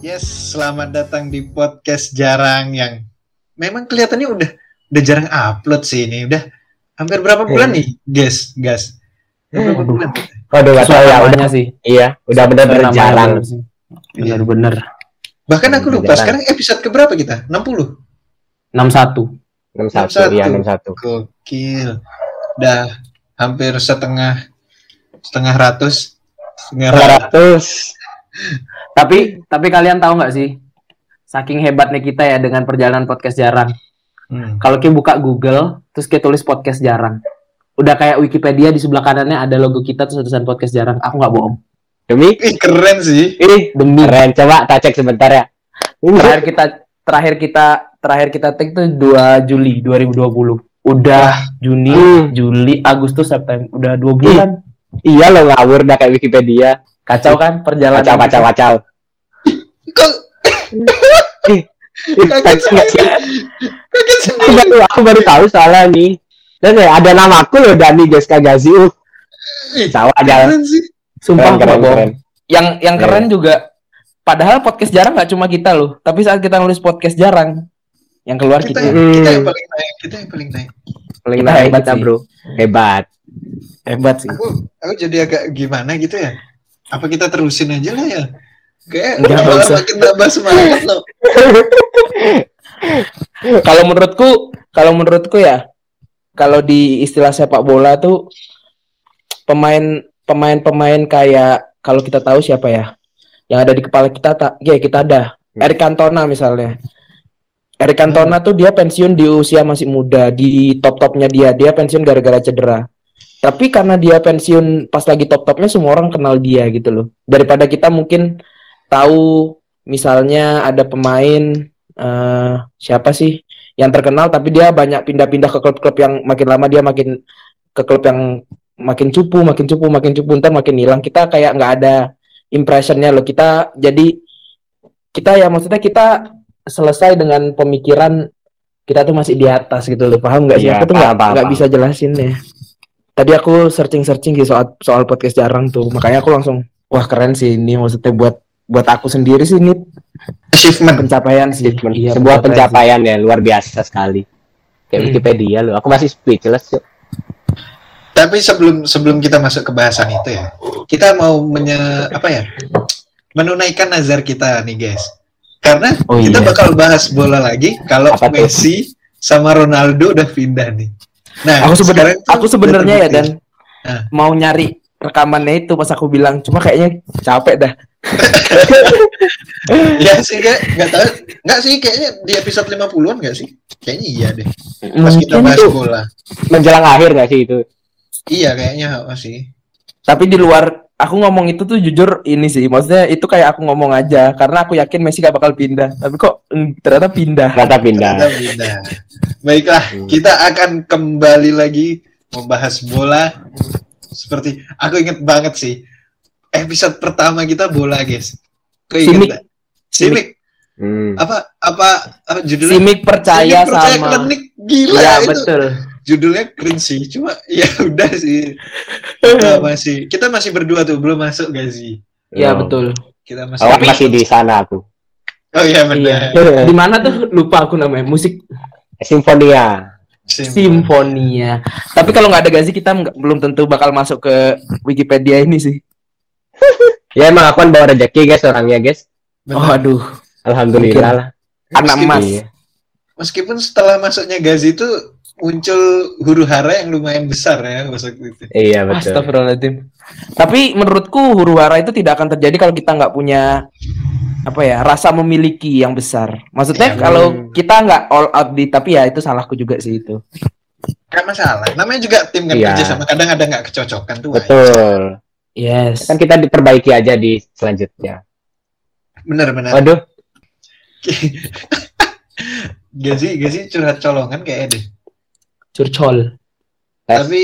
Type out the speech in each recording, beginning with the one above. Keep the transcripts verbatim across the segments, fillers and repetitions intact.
Yes, selamat datang di podcast jarang yang memang kelihatannya udah udah jarang upload sih ini. Udah hampir berapa bulan Hmm. nih, guys, guys? Berapa Hmm. bulan? Waduh, nggak tahu ya, udah sih. Iya, udah benar-benar jarang. Bener-bener. Bahkan aku lupa Jarang. sekarang episode keberapa kita? enam puluh? enam puluh satu. enam puluh satu, iya enam puluh satu. Gokil. Udah hampir setengah setengah ratus. Setengah ratus. seratus. Tapi tapi kalian tahu nggak sih, saking hebatnya kita ya dengan perjalanan podcast jarang. Hmm. Kalau kita buka Google, terus kita tulis podcast jarang, udah kayak Wikipedia, di sebelah kanannya ada logo kita terus tulisan podcast jarang. Aku nggak bohong. Demi? Ih, keren sih. Ih, Demi. keren. Coba tak cek sebentar ya. Terakhir kita terakhir kita terakhir kita take tuh dua Juli dua ribu dua puluh. Udah Juni, Hmm. Juli, Agustus, September, udah dua bulan. Iya lo ngawur dah kayak Wikipedia. Kacau kan perjalanan. Kacau, kacau, kita. kacau. Kok Ih, ih, Kaget tak- nggak sih? kaget Aku sendiri. baru, aku baru tahu soalnya nih. Dan ya, ada namaku loh, Dani Geska Gazi. Uh, Ih, Tahu aja. keren sih. Sumpah Keren, aku nggak keren, bohong. keren. Yang yang Iya. keren juga, padahal podcast jarang nggak cuma kita loh, tapi saat kita nulis podcast jarang, yang keluar Kita, kita. kita Hmm. yang paling naik, kita yang paling naik. Paling Kita naik hebat kita, sih. bro. Hebat. Hebat sih. Aku aku jadi agak gimana gitu ya. Apa kita terusin aja lah ya? Kayak Enggak, nggak malah usah. makin tambah semangat loh. Kalau menurutku, kalau menurutku ya, kalau di istilah sepak bola tuh pemain pemain-pemain kayak, kalau kita tahu siapa ya, yang ada di kepala kita, tak, ya kita ada Eric Cantona misalnya. Eric Cantona tuh dia pensiun di usia masih muda, di top-topnya dia, dia pensiun gara-gara cedera. Tapi karena dia pensiun pas lagi top-topnya, semua orang kenal dia gitu loh. Daripada kita mungkin tahu misalnya ada pemain eh, siapa sih yang terkenal tapi dia banyak pindah-pindah ke klub-klub yang makin lama dia makin ke klub yang makin cupu, makin cupu, makin cupu, ntar makin hilang. Kita kayak nggak ada impressionnya loh. Kita jadi kita ya maksudnya kita selesai dengan pemikiran kita tuh masih di atas gitu loh. Paham nggak sih? Iya, Aku tuh nggak paham, paham, nggak paham. bisa jelasin ya. Tadi aku searching-searching sih soal soal podcast jarang tuh. Makanya aku langsung wah keren sih ini, maksudnya buat buat aku sendiri sih ini Achievement. pencapaian sih. Iya, Sebuah pencapaian pencapaian ya, luar biasa sekali. Kayak Hmm. Wikipedia loh. Aku masih speechless. Yuk. Tapi sebelum sebelum kita masuk ke bahasan itu ya, kita mau menye apa ya? Menunaikan nazar kita nih guys. Karena Oh, kita iya. bakal bahas bola lagi kalau Apa tuh? Messi sama Ronaldo udah pindah nih. Nah, Aku sebenarnya sekarang tuh aku sebenarnya udah ya dan terbukti. Ah. mau nyari rekamannya itu pas aku bilang, cuma kayaknya capek dah. Ya sih kayak nggak tahu, nggak sih kayaknya di episode lima puluhan nggak sih? Kayaknya iya deh. Pas kita Mungkin bahas tuh. bola. Menjelang akhir nggak sih itu? Iya kayaknya masih. Tapi di luar aku ngomong itu tuh jujur ini sih, maksudnya itu kayak aku ngomong aja karena aku yakin Messi gak bakal pindah. Tapi kok mm, ternyata pindah. Ternyata pindah. Ternyata pindah. Baiklah, kita akan kembali lagi membahas bola. Seperti aku inget banget sih episode pertama kita bola, guys. Kau inget Simic. nggak? Simic. Hmm. Apa apa apa judulnya? Simic percaya Simic percaya sama. klinik. Gila Iya itu. betul. Judulnya keren sih, cuma ya udah sih. Kita masih kita masih berdua tuh belum masuk gak sih? Iya Oh. betul. Kita masih Awak masih di sana aku. Oh iya benar. Iya. Di mana tuh lupa aku namanya, musik Simfonia. Simfonia. Tapi kalau nggak ada Gazi kita nggak- belum tentu bakal masuk ke Wikipedia ini sih. Ya emang aku kan bawa rezeki guys orangnya guys. Benar. Oh aduh, Alhamdulillah lah. anak Meskipun- emas. Iya. Meskipun setelah masuknya Gazi itu muncul huru hara yang lumayan besar ya maksud itu. Iya betul. Astagfirullahaladzim. Tapi menurutku huru hara itu tidak akan terjadi kalau kita nggak punya apa ya rasa memiliki yang besar. Maksudnya Iya, kalau hmm. kita nggak all out di, tapi ya itu salahku juga sih itu. Gak masalah. Namanya juga tim kan Iya. kerja sama. Kadang ada nggak kecocokan tuh. wajar. Betul. Yes. Kan kita diperbaiki aja di selanjutnya. Bener-bener. Waduh. Gazi Gazi curhat colongan kayaknya deh. Curcol. Tes. Tapi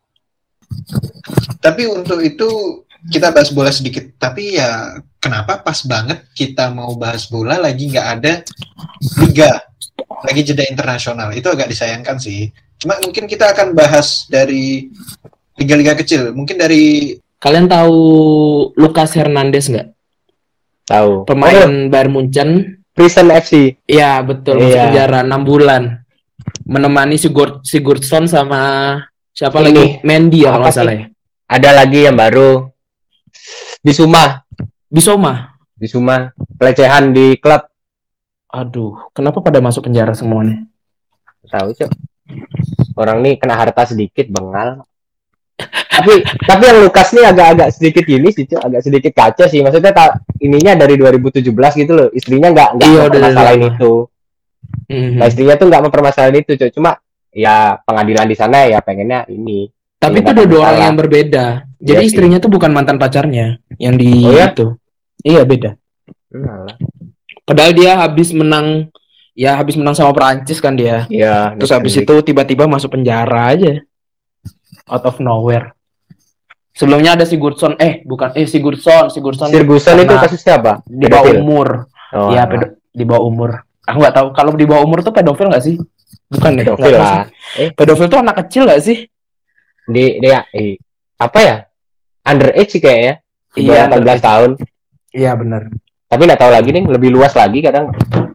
tapi untuk itu kita bahas bola sedikit. Tapi ya kenapa pas banget kita mau bahas bola lagi nggak ada liga, lagi jeda internasional. Itu agak disayangkan sih. Cuma mungkin kita akan bahas dari liga-liga kecil. Mungkin dari Kalian tahu Lucas Hernandez nggak? Tahu. Pemain Oh, Bayern Munchen. Prison F C. Iya, betul. Masuk Iya. penjara enam bulan. Menemani Sigurd Sigurdsson sama siapa Ini, lagi? Mendy ya kalau apa nggak salah sih? ya. Ada lagi yang baru. Bisuma. Bisoma. Bisuma. Pelecehan di klub. Aduh, kenapa pada masuk penjara semuanya? Tahu, Cok. Orang nih kena harta sedikit, bengal. tapi tapi yang Lukas nih agak-agak sedikit gini sih, Cok. Agak sedikit kacau sih. Maksudnya tak ininya dari dua ribu tujuh belas gitu loh. Istrinya nggak nggak Iya, udah mempermasalahin lama. itu. Mhm. Nah, istrinya tuh nggak mempermasalahin itu, Cok. Cuma ya pengadilan di sana ya pengennya ini. Tapi itu Nggak udah dua orang masalah. yang berbeda. Jadi Iya sih. istrinya tuh bukan mantan pacarnya yang di Oh ya? itu. Iya, beda. Nah, Padahal dia habis menang ya habis menang sama Perancis kan dia. iya. Terus habis itu tiba-tiba masuk penjara aja. Out of nowhere. Sebelumnya ada Sigurdsson, eh bukan eh Sigurdsson, Sigurdsson Sirguson itu karena kasusnya apa? di bawah Pedofil? umur. Oh, Iya, alah. pedo- di bawah umur. Aku nggak tahu kalau di bawah umur tuh pedofil nggak sih? Bukan deh. pedofil nggak tahu lah. sih. Eh, Pedofil tuh anak kecil nggak sih? di dia eh, apa ya? Underage sih kayaknya. Di bawah Iya, delapan belas underage. tahun. Iya benar. Tapi nggak tahu lagi nih, lebih luas lagi kadang.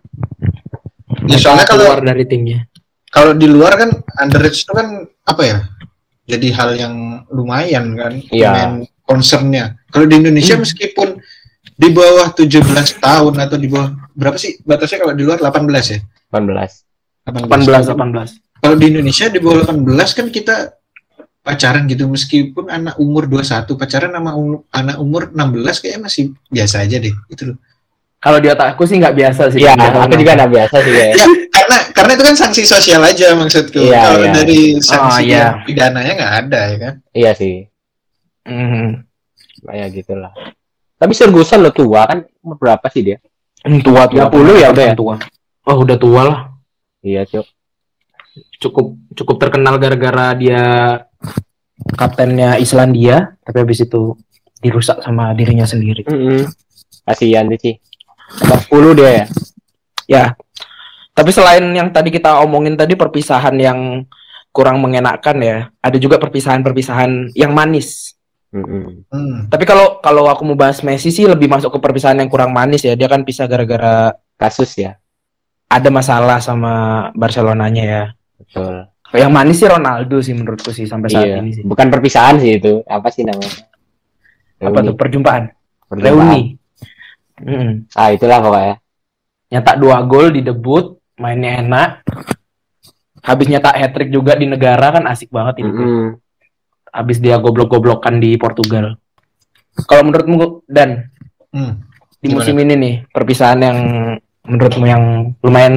Ya soalnya kalau keluar dari timnya. kalau di luar kan underage itu kan apa ya? Jadi hal yang lumayan kan, Iya. lumayan concernnya. Kalau di Indonesia Hmm. meskipun di bawah tujuh belas tahun atau di bawah berapa sih batasnya kalau di luar delapan belas ya? delapan belas. delapan belas delapan belas. Kalau di Indonesia di bawah delapan belas kan kita pacaran gitu meskipun anak umur dua puluh satu pacaran sama um- anak umur enam belas kayaknya masih biasa aja deh itu loh. Kalau di otakku sih nggak biasa sih. Iya, Nggak tahu aku juga kenapa. nggak biasa sih kayak. Ya, karena karena itu kan sanksi sosial aja maksudku. Iya, Kalau iya. dari sanksi Oh, iya. yang pidananya nggak ada ya kan. Iya sih, Mhm. kayak gitulah. Tapi Sirguson lo tua kan, umur berapa sih dia? Hmm, tua tua tiga puluh ya udah ya? tua. Oh udah tua lah. Iya, Cok. Cukup cukup terkenal gara-gara dia kaptennya Islandia, tapi habis itu dirusak sama dirinya sendiri. Mm-mm. Kasihan tuh sih. Nomor sepuluh dia ya. Ya. Tapi selain yang tadi kita omongin tadi perpisahan yang kurang mengenakkan ya, ada juga perpisahan-perpisahan yang manis. Mm-mm. Hmm. Tapi kalau kalau aku mau bahas Messi sih lebih masuk ke perpisahan yang kurang manis ya. Dia kan pisah gara-gara Kasus ya, ada masalah sama Barcelonanya ya. betul. Yang manis sih Ronaldo sih menurutku sih sampai saat Iya. ini sih. Bukan perpisahan sih itu. Apa sih namanya? Apa tuh perjumpaan? Perjumpaan. Reuni. Mm-mm. Ah, itulah pokoknya. Nyetak dua gol di debut, mainnya enak. Habis nyetak hat-trick juga di negara kan asik banget ini. Mm-mm. Habis dia goblok-goblokan di Portugal. Kalau menurutmu Dan Hmm. di Gimana? musim ini nih perpisahan yang menurutmu yang lumayan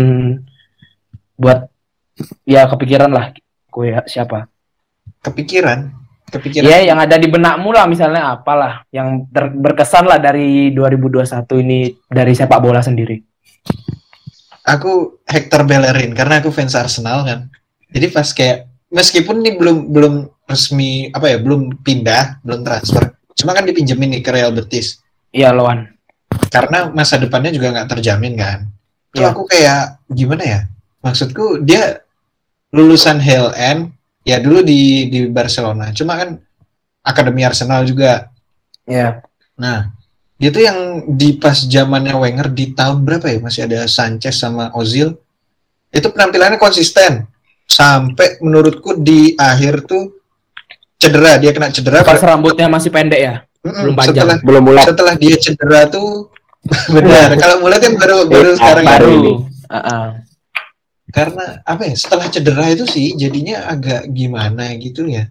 buat ya kepikiran lah kue siapa? Kepikiran, kepikiran. Ya yang ada di benakmu lah misalnya apalah yang ter- berkesan lah dari dua ribu dua puluh satu ini dari sepak bola sendiri. Aku Hector Bellerin karena aku fans Arsenal kan. Jadi pas kayak meskipun ini belum belum resmi apa ya, belum pindah, belum transfer. Cuma kan dipinjemin nih ke Real Betis. Iya lawan. Karena masa depannya juga nggak terjamin kan. Itu Iya. aku kayak gimana ya? Maksudku dia lulusan H L N ya dulu di di Barcelona. Cuma kan akademi Arsenal juga. Iya. Nah, dia tuh yang di pas zamannya Wenger di tahun berapa ya? Masih ada Sanchez sama Ozil. Itu penampilannya konsisten. Sampai menurutku di akhir tuh cedera, dia kena cedera. Pas rambutnya masih pendek ya. Mm-mm, belum panjang. setelah Belum mulai. setelah dia cedera tuh benar. Kalau mulai kan baru baru Eh, sekarang baru baru. ini. Heeh. Karena apa ya? Setelah cedera itu sih jadinya agak gimana gitu ya.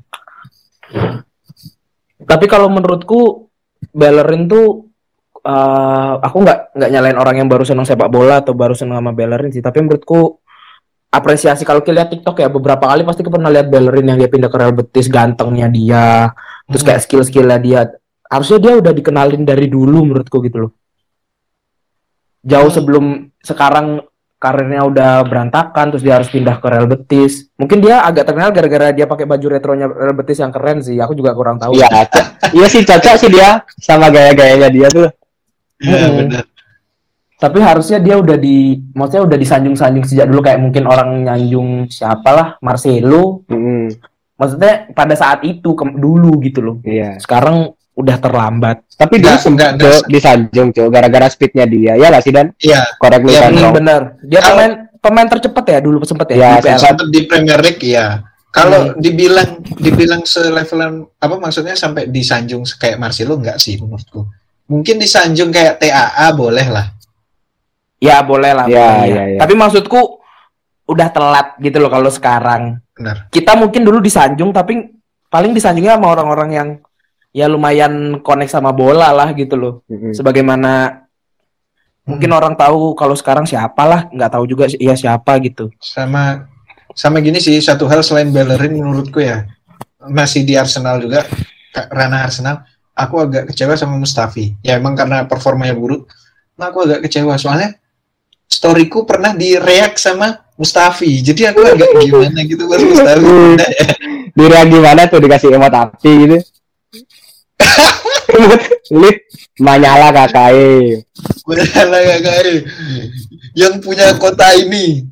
Tapi kalau menurutku Bellerin tuh eh, aku nggak nggak nyalain orang yang baru senang sepak bola atau baru senang sama Bellerin sih. Tapi menurutku apresiasi kalau kita lihat TikTok ya beberapa kali pasti kita pernah lihat Bellerin yang dia pindah ke Real Betis, gantengnya dia, terus kayak skill-skillnya dia. Harusnya dia udah dikenalin dari dulu menurutku gitu loh. Jauh Hmm. sebelum sekarang karirnya udah berantakan terus dia harus pindah ke Real Betis. Mungkin dia agak terkenal gara-gara dia pakai baju retronya Real Betis yang keren sih. Aku juga kurang tahu. Iya, co- iya sih cocok sih dia sama gaya-gayanya dia tuh. Iya Hmm. benar. Tapi harusnya dia udah di, maksudnya udah disanjung-sanjung sejak dulu kayak mungkin orang nyanjung siapalah Marcelo. Mm-mm. Maksudnya pada saat itu ke- dulu gitu loh. Iya. Sekarang udah terlambat. Tapi dulu Nggak, sempat nggak, Cok, disanjung Cok gara-gara speednya dia. Ya nggak sih Dan? Iya, Correct me Iya, if I'm Hmm, wrong. bener. Dia Kalau- pemain pemain tercepat ya dulu sempet ya, Ya, di P L. sampai di Premier League ya. Kalau Hmm. dibilang dibilang selevelan apa maksudnya sampai disanjung kayak Marcelo enggak sih menurutku. Mungkin disanjung kayak T A A boleh lah. Ya boleh lah. Ya, boleh, ya, ya. Tapi maksudku udah telat gitu loh kalau sekarang. Benar. Kita mungkin dulu disanjung tapi paling disanjungnya sama orang-orang yang ya lumayan connect sama bola lah gitu loh. Mm-mm. Sebagaimana mungkin Hmm. orang tahu kalau sekarang siapa lah, nggak tahu juga ya siapa gitu. Sama sama gini sih satu hal selain Bellerin menurutku ya masih di Arsenal juga Ka- ranah Arsenal aku agak kecewa sama Mustafi ya emang karena performanya buruk nah aku agak kecewa soalnya storyku pernah di-react sama Mustafi jadi aku agak gimana gitu pas Mustafi udah ya. Diri gimana tuh dikasih emot api gitu. Emot lit manyala kakai. Bener lah kakak yang punya kota ini.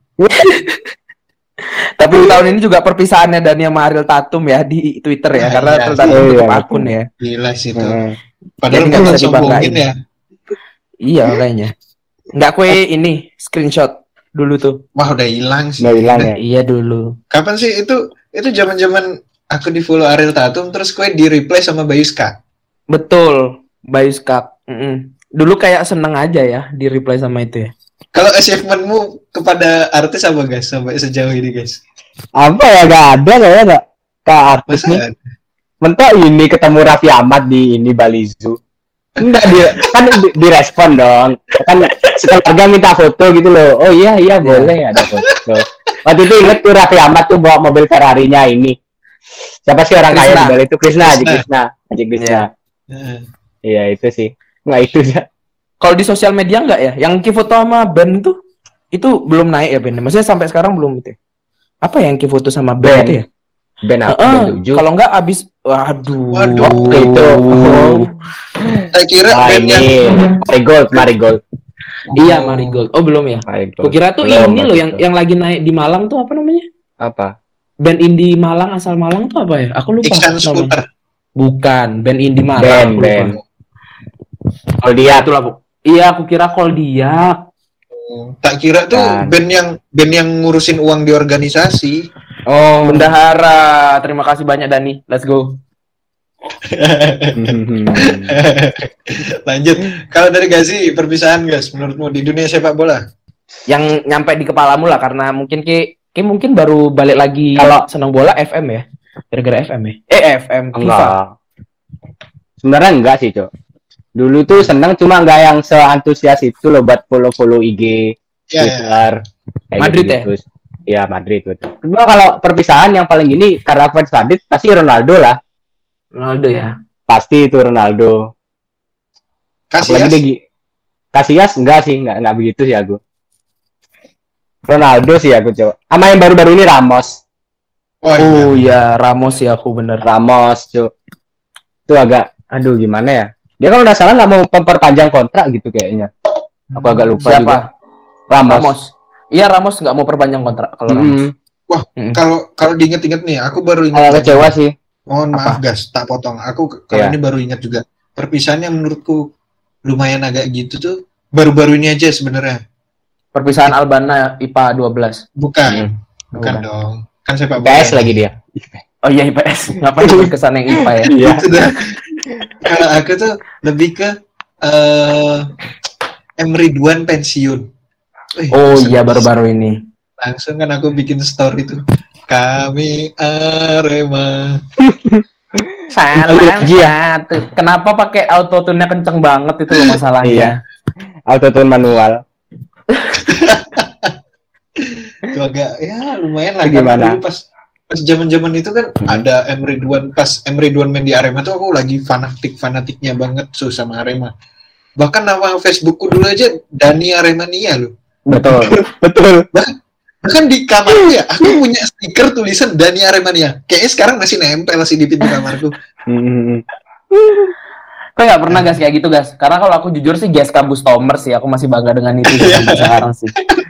Tapi tahun ini juga perpisahannya Dani sama Ariel Tatum ya di Twitter ya, Ah, karena iya. Ariel Tatum Iya, tutup iya. akun ya. Gila sih itu. Heeh. Padahal Jadi nggak nggak bisa dibanggain. sombongin ya. Iya kayaknya. Nggak kue ini screenshot dulu tuh. Wah udah hilang sih. Udah hilang ya. Iya dulu. Kapan sih itu? Itu zaman-zaman aku di follow Ariel Tatum terus gue di replay sama Bayuska. Betul, Bayuskap. Mm-mm. Dulu kayak seneng aja ya di reply sama itu ya. Kalau achievementmu kepada artis apa guys sampai sejauh ini guys? Apa ya gak ada kayaknya gak ke artis Masa nih. Mentok ini ketemu Raffi Ahmad di ini Bali Zoo. Enggak dia kan di, direspon dong. Kan sekeluarga minta foto gitu loh. Oh iya iya boleh ada foto. Waktu itu inget tuh Raffi Ahmad tuh bawa mobil Ferrarinya ini. Siapa sih orang kaya Krishna. di Bali itu Krishna, Haji Krishna. Krishna, Haji Krishna. Heeh. Iya itu sih. Nggak itu ya. Kalau di sosial media nggak ya? Yang Ki foto sama Ben itu itu belum naik ya Ben? Maksudnya sampai sekarang belum itu. Ya? Apa yang Ki foto sama Ben, Ben. itu ya? Ben apa? Heeh, Ben tujuh. kalau nggak abis, waduh. Waduh. Waktu itu. Oh. Saya kira Ah, band yang ini Marigold, Marigold. Iya Marigold. Oh belum ya? Marigold. Kukira tuh Belum, ini loh waktu yang itu. yang lagi naik di Malang tuh apa namanya? Apa? Band indie Malang asal Malang tuh apa ya? Aku lupa. Iksan namanya. Scooter. Bukan, band indie Ben, Malang. aku lupa. Ben. Kalau dia Itulah Bu. Iya, aku kira Koldia. Tak kira tuh Kan. band yang band yang ngurusin uang di organisasi. Oh, Bendahara. Terima kasih banyak Dani. Let's go. Lanjut. Kalau dari Gazi perpisahan guys menurutmu di dunia sepak bola? Yang nyampe di kepalamu lah karena mungkin Ki, Ki mungkin baru balik lagi Kalau- senang bola F M ya. Gara-gara F M ya. Eh F M FIFA. enggak. Sebenarnya enggak sih, Cok. Dulu tuh seneng cuma enggak yang seantusias itu loh buat follow-follow I G, Ya, ya. Twitter. kayak Madrid gitu-gitu. Iya, Madrid betul. Kedua kalau perpisahan yang paling ini karena fans Madrid pasti Ronaldo lah. Ronaldo ya. Pasti itu Ronaldo. Apalagi Casillas? dia gi- Casillas enggak sih, enggak enggak begitu sih aku. Ronaldo sih aku, Cok. Sama yang baru-baru ini Ramos. Oh, iya. Oh iya, Ramos ya aku bener. Ramos, Cok. Itu agak aduh gimana ya? Dia kalau udah salah nggak mau memperpanjang kontrak gitu kayaknya. Aku agak lupa Siapa? juga. Ramos. Ramos. Iya Ramos nggak mau perpanjang kontrak kalau Ramos. Mm-mm. Kalau kalau diinget-inget nih, aku baru Agak ingat. kecewa sih. Mohon maaf guys, tak potong. Aku ke- Iya. kalau ini baru ingat juga. Perpisahannya menurutku lumayan agak gitu tuh. Baru-baru ini aja sebenarnya. Perpisahan Albana I P A dua belas. Bukan, Mm. bukan Bukan. dong. Kan sepak P bola. S lagi dia. Oh iya I P S. Ngapain nyebut kesan yang I P A ya? Iya. Sudah. Kalau aku tuh lebih ke eh M Ridwan pensiun. Wih, Oh langsung- iya baru-baru ini. Langsung kan aku bikin story tuh. Kami Arema. Salam Iya. satu. Kenapa pakai autotune-nya kenceng banget itu loh masalahnya. Iya. Autotune manual. Itu agak ya lumayan lah. Itu Karena gimana? dulu pas pas zaman-zaman itu kan Hmm. ada M Ridwan pas M Ridwan main di Arema tuh aku lagi fanatik fanatiknya banget tuh sama Arema. Bahkan nama Facebookku dulu aja Dani Aremania loh. Betul. Betul. Bahkan di kamarku ya aku punya stiker tulisan Dani Aremania. Kayaknya sekarang masih nempel sih di pintu kamarku. Mm-mm. Kok nggak pernah gas kayak gitu gas? Karena kalau aku jujur sih gas kampus Tomer sih. Aku masih bangga dengan itu sih sampai sekarang sih.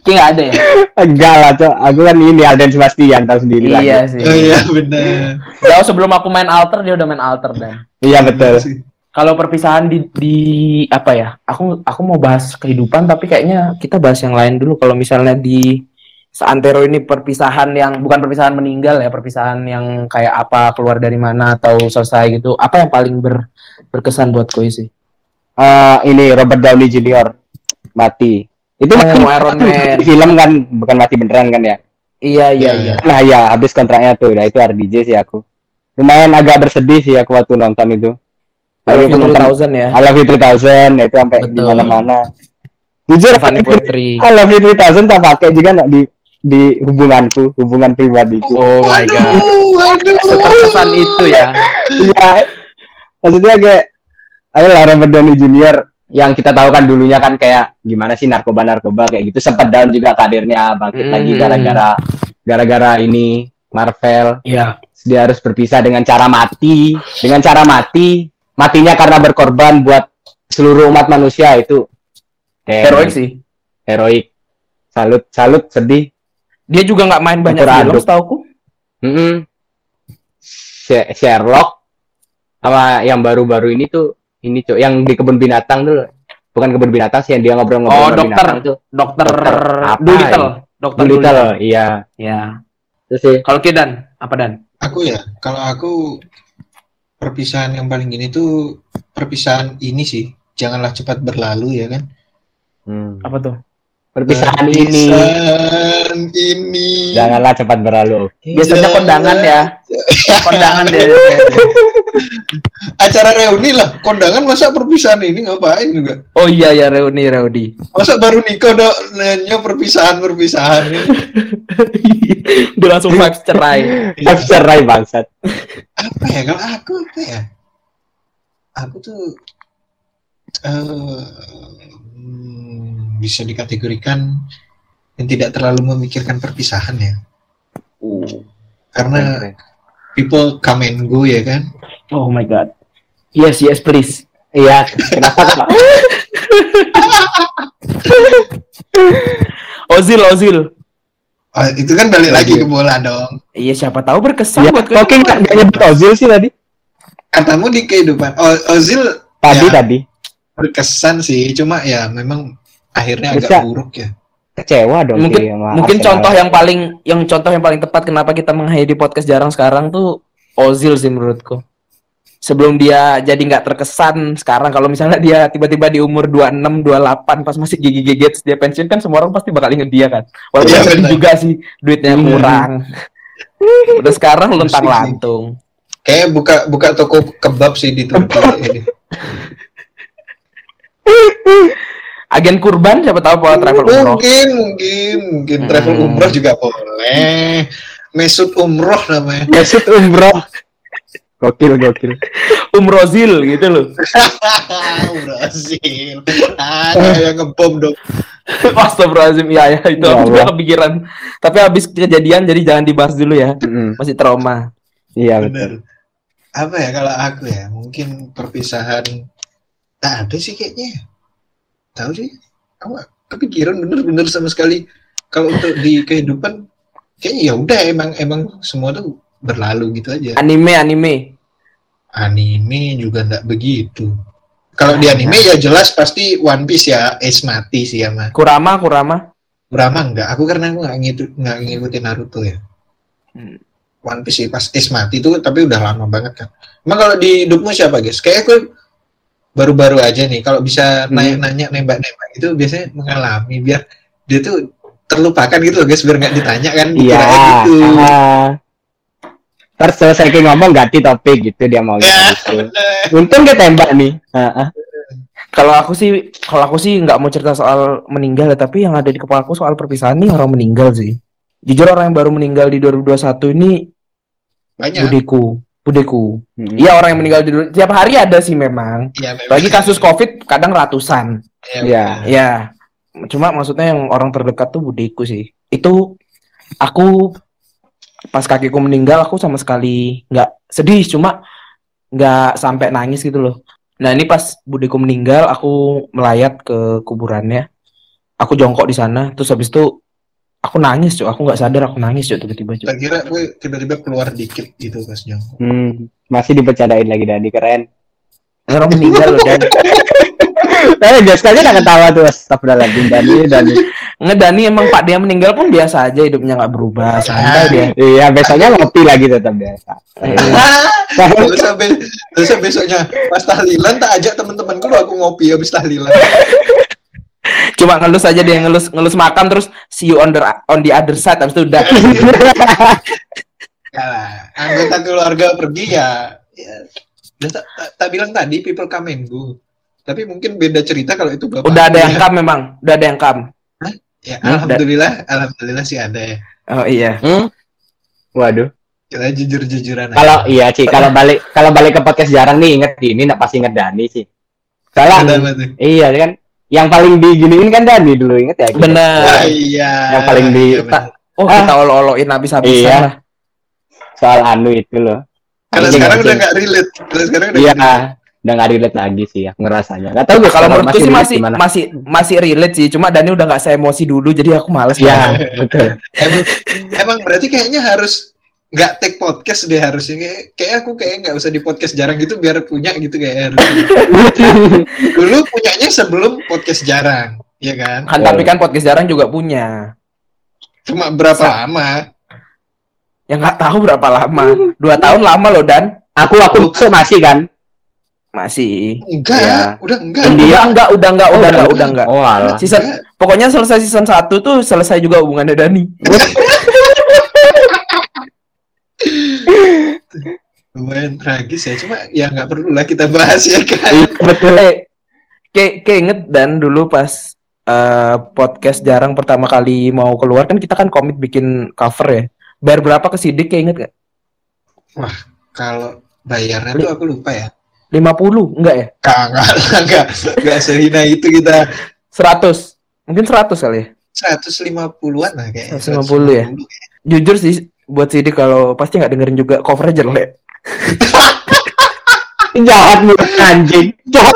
Ki nggak ada ya? Enggak lah, Cok. Aku kan ini Alden Sebastian tahu sendiri lah. Iya sih. Oh iya benar. Jauh sebelum aku main alter dia udah main alter dan. Iya betul. Kalau perpisahan di di apa ya? Aku aku mau bahas kehidupan tapi kayaknya kita bahas yang lain dulu. Kalau misalnya di seantero ini perpisahan yang bukan perpisahan meninggal ya, perpisahan yang kayak apa, keluar dari mana atau selesai gitu. Apa yang paling ber, berkesan buat kau sih? Uh, ini Robert Downey Junior mati. Itu Oh, kan Iron Man. film kan, bukan mati beneran kan ya? Iya iya iya. Nah ya, habis kontraknya tuh. Nah itu R D J sih aku. Lumayan agak bersedih sih aku waktu nonton itu. I love you Aku nonton three thousand ya. I Love You three thousand itu sampai di Betul. mana-mana. Jujur Funny Poetry. I Love You three thousand tak pakai juga nggak di di hubunganku, hubungan pribadiku. Oh my god. Waduh, waduh. Terkesan itu ya. Iya. Maksudnya kayak ayolah Robert Downey Junior yang kita tahu kan dulunya kan kayak gimana sih narkoba-narkoba kayak gitu, sempat down juga karirnya, bangkit Hmm. lagi gara-gara gara-gara ini Marvel. Iya. Dia harus berpisah dengan cara mati, dengan cara mati, matinya karena berkorban buat seluruh umat manusia itu. Damn. Heroik sih. Heroik. Salut, salut, sedih. Dia juga nggak main banyak Campur film aduk. setauku. Mm-mm. She- Sherlock sama yang baru-baru ini tuh ini tuh yang di kebun binatang tuh, bukan kebun binatang sih, yang dia ngobrol-ngobrol Oh, sama dokter. binatang tuh. Dokter Dokter apa Dolittle. ya? Dokter Dolittle, iya. Ya. Terus sih, Kalau Kidan, apa Dan? Aku ya, kalau aku perpisahan yang paling ini tuh perpisahan ini sih, janganlah cepat berlalu ya kan. hmm. Apa tuh? perpisahan ini Perpisahan ini. janganlah cepat berlalu. Biasanya kondangan ya. Kondangan deh. Acara reuni lah, kondangan masa perpisahan ini ngapain juga? Oh iya ya, reuni reuni. Masa baru nikah udah nanya perpisahan perpisahan ini? Udah langsung vibes cerai. Aku cerai bangsat. Apa ya kalau aku apa ya? Aku tuh eh hmm, bisa dikategorikan yang tidak terlalu memikirkan perpisahan ya. Uh. Karena people come and go ya kan. Oh my god. Yes, yes please. Iya, kenapa Kak? Ozil, Ozil. Oh, itu kan balik lagi ke bola dong. Iya, siapa tahu berkesan Ya, buat Koking nggak nggak nyebut Ozil sih tadi. Katamu di kehidupan. Oh, Ozil Tadi ya, tadi berkesan sih, cuma ya memang akhirnya agak Bisa. buruk ya. kecewa dong Mungkin sih sama mungkin Arsenal. contoh yang paling yang contoh yang paling tepat kenapa kita menghayati podcast jarang sekarang tuh Ozil sih menurutku. Sebelum dia jadi nggak terkesan sekarang, kalau misalnya dia tiba-tiba di umur dua puluh enam, dua puluh delapan pas masih gigi-gigi terus dia pensiun kan semua orang pasti bakal inget dia kan. Walaupun Iya, sedih benar. juga sih duitnya Hmm. kurang. Udah sekarang Mesti luntang sih. lantung. Kayak buka buka toko kebab sih di Turki. ini. Agen kurban siapa tahu kalau travel umroh. Mungkin, mungkin, mungkin travel Hmm. umroh juga boleh. Mesut umroh namanya. Mesut umroh. Gokil, gokil. Umrozil gitu loh. Brazil. Ah, kayak ngebom dong. Astagfirullahaladzim. Ya, ya itu Ya aku juga Allah. kepikiran. Tapi habis kejadian jadi jangan dibahas dulu ya. Mm-mm. Masih trauma. Iya betul. Bener. Apa ya kalau aku ya? Mungkin perpisahan. Tak ada sih kayaknya. Tahu sih. Aku nggak kepikiran bener-bener sama sekali. Kalau untuk di kehidupan, kayaknya ya udah emang emang semua tuh berlalu gitu aja. Anime, anime. Anime juga nggak begitu. Kalau di anime ya jelas pasti One Piece ya, Ace mati sih ya mah. Kurama, Kurama. Kurama enggak, aku karena aku nggak ngitu- nggak ngikutin Naruto ya. Hmm. One Piece sih pas Ace mati tuh, tapi udah lama banget kan. Emang kalau di hidupmu siapa guys? Kayak aku baru-baru aja nih, kalau bisa Hmm. nanya-nanya, nembak-nembak itu biasanya mengalami biar dia tuh terlupakan gitu loh guys, biar nggak ditanya kan. Iya. dikirain gitu. ah. Terus selesai kayak ngomong ganti topik gitu dia mau Ya, gitu. Untung dia tembak nih. Ah, ah. Kalau aku sih, kalau aku sih nggak mau cerita soal meninggal ya, tapi yang ada di kepala aku soal perpisahan nih orang meninggal sih. Jujur orang yang baru meninggal di dua ribu dua puluh satu ini Banyak. budeku, budeku. Mm-mm. Iya orang yang meninggal di du- tiap hari ada sih memang. Iya, memang. Bagi kasus COVID kadang ratusan. Iya. Ya, cuma maksudnya yang orang terdekat tuh budeku sih. Itu aku pas kakiku meninggal aku sama sekali nggak sedih, cuma nggak sampai nangis gitu loh. Nah ini pas budeku meninggal aku melayat ke kuburannya. aku jongkok di sana, terus habis itu aku nangis, Cuk. Aku nggak sadar aku nangis, Cuk, tiba-tiba, Cuk. Tak kira gue tiba-tiba keluar dikit gitu pas jongkok. Hmm, masih dibercandain lagi Dani, keren. Orang meninggal loh, Dan. Eh, biasanya udah ketawa tuh, astagfirullahaladzim, Dani, Dani. Nggak, Dani emang Pak dia meninggal pun biasa aja, hidupnya nggak berubah, santai dia. Iya, besoknya ngopi lagi tetap biasa. Terus sampai terus besoknya pas tahlilan tak ajak teman-temanku lu aku ngopi habis tahlilan. Cuma ngelus aja dia, ngelus ngelus makan terus see you on the on the other side, habis itu udah. Ya lah, anggota keluarga pergi ya. Ya udah tak, tak, tak bilang tadi people come and go. Tapi mungkin beda cerita kalau itu bapak. Udah ada yang kam memang, udah ada yang kam. Ya, Hmm, alhamdulillah, alhamdulillah sih ada ya. Oh iya. Hmm? Waduh. Kita jujur-jujuran Kalau aja. iya sih, kalau balik kalau balik ke podcast jarang nih inget ini, nggak pasti inget Dani sih. Salah. Ada apa tuh? Iya kan, yang paling diginiin kan Dani dulu, inget ya? Gitu. Bener. Ah, iya. Yang paling di Iya, benar. Oh kita olo-oloin habis-habisan Iya. lah. soal anu itu loh. Kalau Anjing, sekarang udah anjing. nggak relate. Kalau sekarang udah Iya, nggak relate. udah nggak relate lagi sih ya ngerasanya. Nggak tahu gue Kalau menurutku sih relate masih gimana. masih masih relate sih, cuma Dani udah nggak se-emosi dulu, jadi aku males. Iya, betul. Emang, emang berarti kayaknya harus nggak take podcast deh harusnya. Kayak, kayak aku kayak nggak usah di podcast jarang gitu biar punya gitu kayak harus. Dulu punyanya sebelum podcast jarang, ya kan? Kan tapi kan podcast jarang juga punya. Cuma berapa Sa- lama? Ya nggak tahu berapa lama. Dua tahun lama loh, Dan. Aku aku masuk masih kan? Masih. Enggak, Iya. udah enggak. India. Udah enggak, udah enggak, udah enggak, udah enggak. Oh alah. Season, pokoknya selesai season satu tuh selesai juga hubungannya Dani. Lumayan tragis ya, cuma ya nggak perlu lah kita bahas ya kan. Iya, betul. Eh, kayak kayak inget Dan dulu pas eh, podcast jarang pertama kali mau keluar kan kita kan komit bikin cover ya. Bayar berapa ke Sidik kayak inget gak? Kalau bayarnya tuh aku lupa ya. lima puluh enggak ya? Enggak, enggak, enggak sehina itu kita. seratus. Mungkin seratus kali ya. seratus lima puluhan lah kayaknya. seratus lima puluh ya? Jujur sih buat Sidik kalau pasti nggak dengerin juga covernya jelek. Jahat nih anjing. Jahat.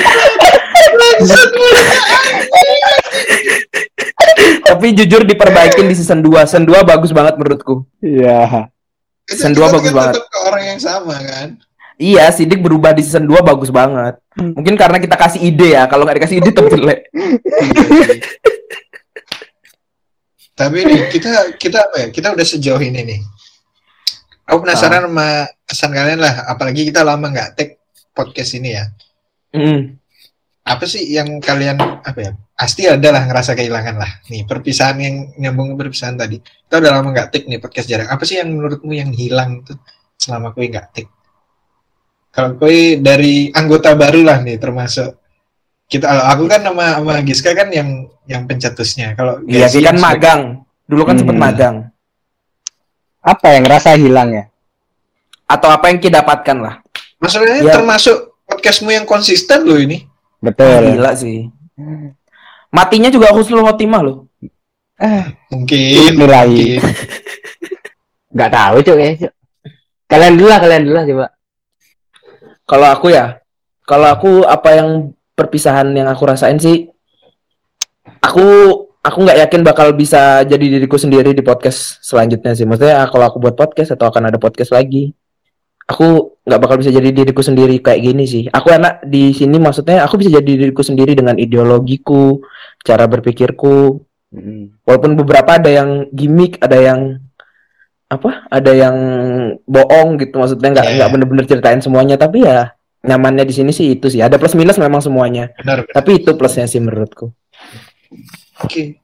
Tapi jujur diperbaikin di season dua. Season dua bagus banget menurutku. Iya. Season dua bagus banget. Tetap ke orang yang sama kan. Iya, Sidik berubah di season dua bagus banget. Mungkin karena kita kasih ide ya. Kalau nggak dikasih ide tetap jelek. Tapi nih kita kita apa ya? Kita udah sejauh ini nih. Aku penasaran sama kesan kalian lah. Apalagi kita lama nggak take podcast ini ya. Mm. Apa sih yang kalian apa ya? Pasti ada lah ngerasa kehilangan lah. Nih perpisahan yang nyambung ke perpisahan tadi. Kita udah lama nggak take nih podcast jarang. Apa sih yang menurutmu yang hilang tuh selama kue nggak take? Kalau kue dari anggota baru lah nih termasuk kita. Aku kan sama sama Giska kan yang yang pencetusnya. Kalau Iya, Gazi dia kan yang sebagai- magang. Dulu kan sempet Hmm. magang. Apa yang ngerasa hilang ya? Atau apa yang kita dapatkan lah. Maksudnya Ya. termasuk podcastmu yang konsisten loh ini. Betul. Gila sih. Matinya juga husnul khotimah loh. Mungkin. Nilai. mungkin. Nggak tahu cuy ya. Cuk. Kalian dulu lah, kalian dulu lah coba. Kalau aku ya, kalau aku apa yang perpisahan yang aku rasain sih, aku aku nggak yakin bakal bisa jadi diriku sendiri di podcast selanjutnya sih. Maksudnya kalau aku buat podcast atau akan ada podcast lagi, aku nggak bakal bisa jadi diriku sendiri kayak gini sih. Aku enak di sini, maksudnya aku bisa jadi diriku sendiri dengan ideologiku, cara berpikirku. Hmm. Walaupun beberapa ada yang gimmick, ada yang apa, ada yang bohong gitu, maksudnya nggak Yeah. nggak bener-bener ceritain semuanya, tapi ya nyamannya di sini sih itu sih. Ada plus minus memang semuanya, Benar. benar. tapi itu plusnya sih menurutku. Oke.